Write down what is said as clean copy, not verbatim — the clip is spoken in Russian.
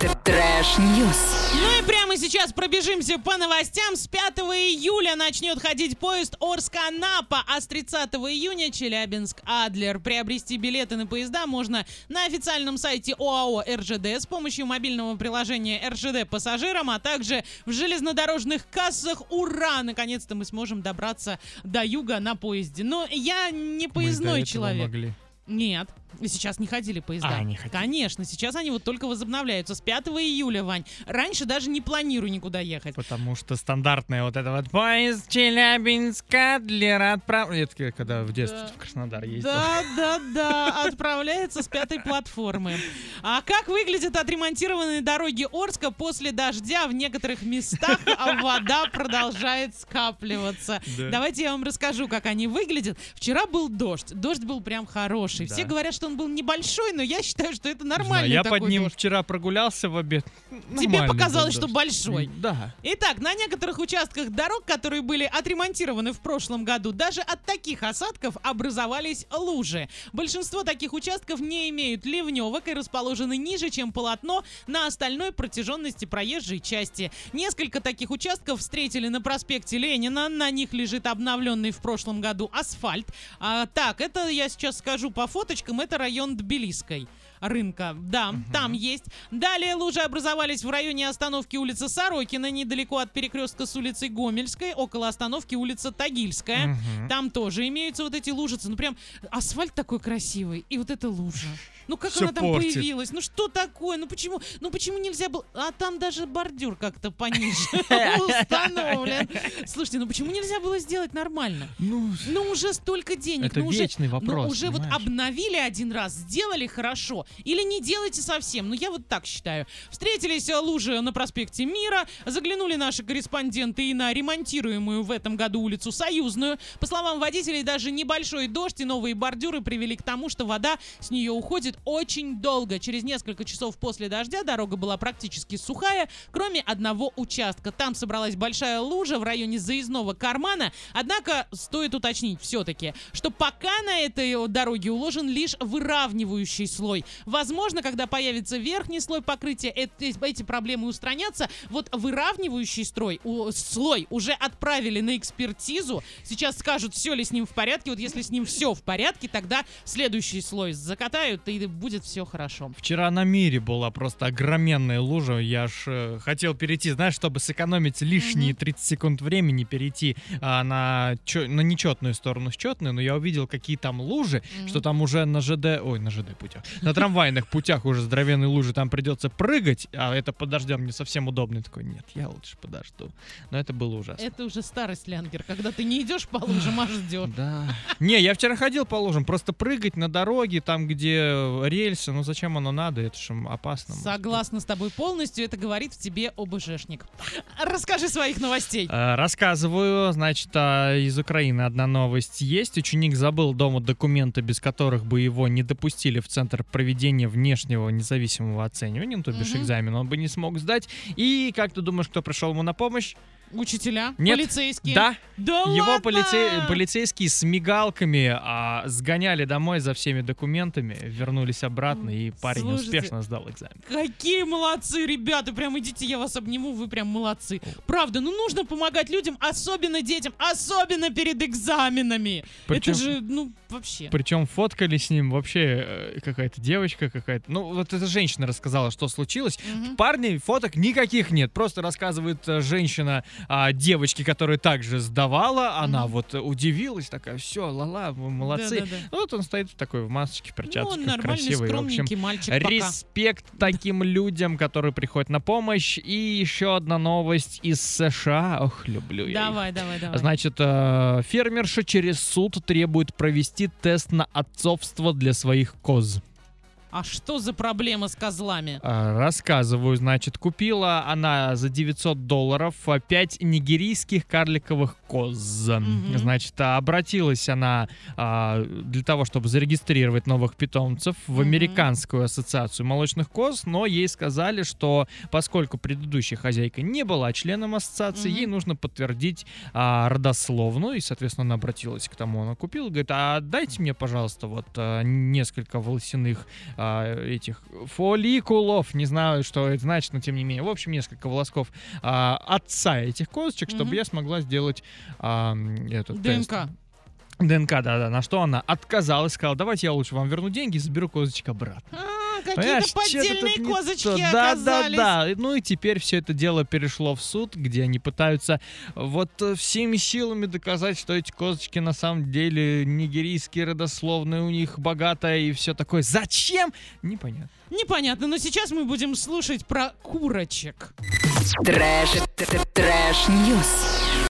Трэш-ньюс. Ну и прямо сейчас пробежимся по новостям. С 5 июля начнет ходить поезд Орск-Анапа, а с 30 июня Челябинск-Адлер. Приобрести билеты на поезда можно на официальном сайте ОАО РЖД с помощью мобильного приложения РЖД пассажирам, а также в железнодорожных кассах. Ура! Наконец-то мы сможем добраться до юга на поезде. Но я не поездной человек. Могли. Нет, сейчас не ходили поезда. Не ходили. Конечно, сейчас они вот только возобновляются. С 5 июля, Вань. Раньше даже не планирую никуда ехать. Потому что стандартная вот эта вот поезд Челябинск-Адлер отправляется, когда в детстве в Краснодар ездил. Да, отправляется с 5-й платформы. А как выглядят отремонтированные дороги Орска после дождя? В некоторых местах вода продолжает скапливаться. Да. Давайте я вам расскажу, как они выглядят. Вчера был дождь. Дождь был прям хороший. Да. Все говорят, что он был небольшой, но я считаю, что это Не знаю, нормальный я такой под ним дождь. вчера прогулялся в обед. Тебе Нормальный показалось, был что дождь. большой. Да. Итак, на некоторых участках дорог, которые были отремонтированы в прошлом году, даже от таких осадков образовались лужи. Большинство таких участков не имеют ливневок и расположены ниже, чем полотно на остальной протяженности проезжей части. Несколько таких участков встретили на проспекте Ленина. На них лежит обновленный в прошлом году асфальт. Так, это я сейчас скажу по фоточкам, это район Тбилисской рынка. Да, там есть. Далее лужи образовались в районе остановки улицы Сорокина, недалеко от перекрестка с улицей Гомельской, около остановки улица Тагильская. Там тоже имеются вот эти лужицы. Ну прям асфальт такой красивый. И вот эта лужа. Ну как Всё она там портит. появилась? Ну что такое? Ну почему нельзя было? А там даже бордюр как-то пониже установлен. Слушайте, ну почему нельзя было сделать нормально? Ну, Ну уже столько денег. это вечный вопрос. Ну уже вот понимаешь? обновили один раз, сделали хорошо. Или не делайте совсем. Ну я вот так считаю. Встретились лужи на проспекте Мира. Заглянули наши корреспонденты и на ремонтируемую в этом году улицу Союзную. По словам водителей, даже небольшой дождь и новые бордюры привели к тому, что вода с нее уходит очень долго. Через несколько часов после дождя дорога была практически сухая, кроме одного участка. Там собралась большая лужа в районе заездного кармана. Однако стоит уточнить все-таки, что пока на этой дороге уложен лишь выравнивающий слой. Возможно, когда появится верхний слой покрытия, эти проблемы устранятся. Вот выравнивающий слой уже отправили на экспертизу. Сейчас скажут, все ли с ним в порядке. Вот если с ним все в порядке, тогда следующий слой закатают, и будет все хорошо. Вчера на Мире была просто огроменная лужа. Я ж хотел перейти, знаешь, чтобы сэкономить лишние 30 секунд времени, перейти на нечетную сторону с четной, но я увидел, какие там лужи, что там уже на ЖД путях, на трамвайных путях уже здоровенные лужи, там придется прыгать, а это под дождем не совсем удобно. Я такой, нет, я лучше подожду. Но это было ужасно. Это уже старость, Лянгер, когда ты не идешь по лужам, а ждешь. Да. Не, я вчера ходил по лужам, просто прыгать на дороге, там, где рельсы, ну зачем оно надо, это же опасно. Согласна с тобой полностью, это говорит в тебе ОБЖшник. Расскажи своих новостей. Рассказываю, значит, из Украины одна новость есть. Ученик забыл дома документы, без которых бы его не допустили в центр проведения внешнего независимого оценивания, ну, то бишь экзамен, он бы не смог сдать. И как ты думаешь, кто пришел ему на помощь? Учителя? Нет. Полицейские? Да. Да Его ладно? полицейские с мигалками сгоняли домой за всеми документами, вернулись обратно, и парень Слушайте, успешно сдал экзамен. Какие молодцы, ребята, прям идите, я вас обниму, вы прям молодцы. Правда, ну нужно помогать людям, особенно детям, особенно перед экзаменами. Причем- Это же, ну, вообще. Причем фоткали с ним вообще какая-то девочка какая-то. Ну, вот эта женщина рассказала, что случилось. Парней фоток никаких нет. Просто рассказывает женщина девочке, которая также сдавала. Она вот удивилась, такая, все, ла-ла, вы молодцы. Да-да-да. Ну, вот он стоит в такой, в масочке, в Ну, перчатках, он нормальный, красивый. В общем, скромненький мальчик пока. респект таким людям, которые приходят на помощь. И еще одна новость из США. Ох, люблю я их. Давай. Значит, фермерша через суд требует провести тест на отцовство для своих коз. А что за проблема с козлами? Рассказываю, значит, купила она за $900 5 нигерийских карликовых коз. Значит, обратилась она для того, чтобы зарегистрировать новых питомцев в Американскую ассоциацию молочных коз, но ей сказали, что поскольку предыдущая хозяйка не была членом ассоциации, ей нужно подтвердить родословную, и, соответственно, она обратилась к тому, она купила, говорит, а дайте мне, пожалуйста, вот несколько волосяных этих фолликулов, не знаю, что это значит, но тем не менее. В общем, несколько волосков отца этих козочек, чтобы я смогла сделать этот тест. ДНК, да-да, на что она отказалась, сказала, давайте я лучше вам верну деньги и заберу козочек обратно. Какие-то поддельные козочки оказались. Да. Ну и теперь все это дело перешло в суд, где они пытаются вот всеми силами доказать, что эти козочки на самом деле нигерийские, родословные, у них богатая и все такое. Зачем? Непонятно. Непонятно, но сейчас мы будем слушать про курочек. Трэш-ньюс.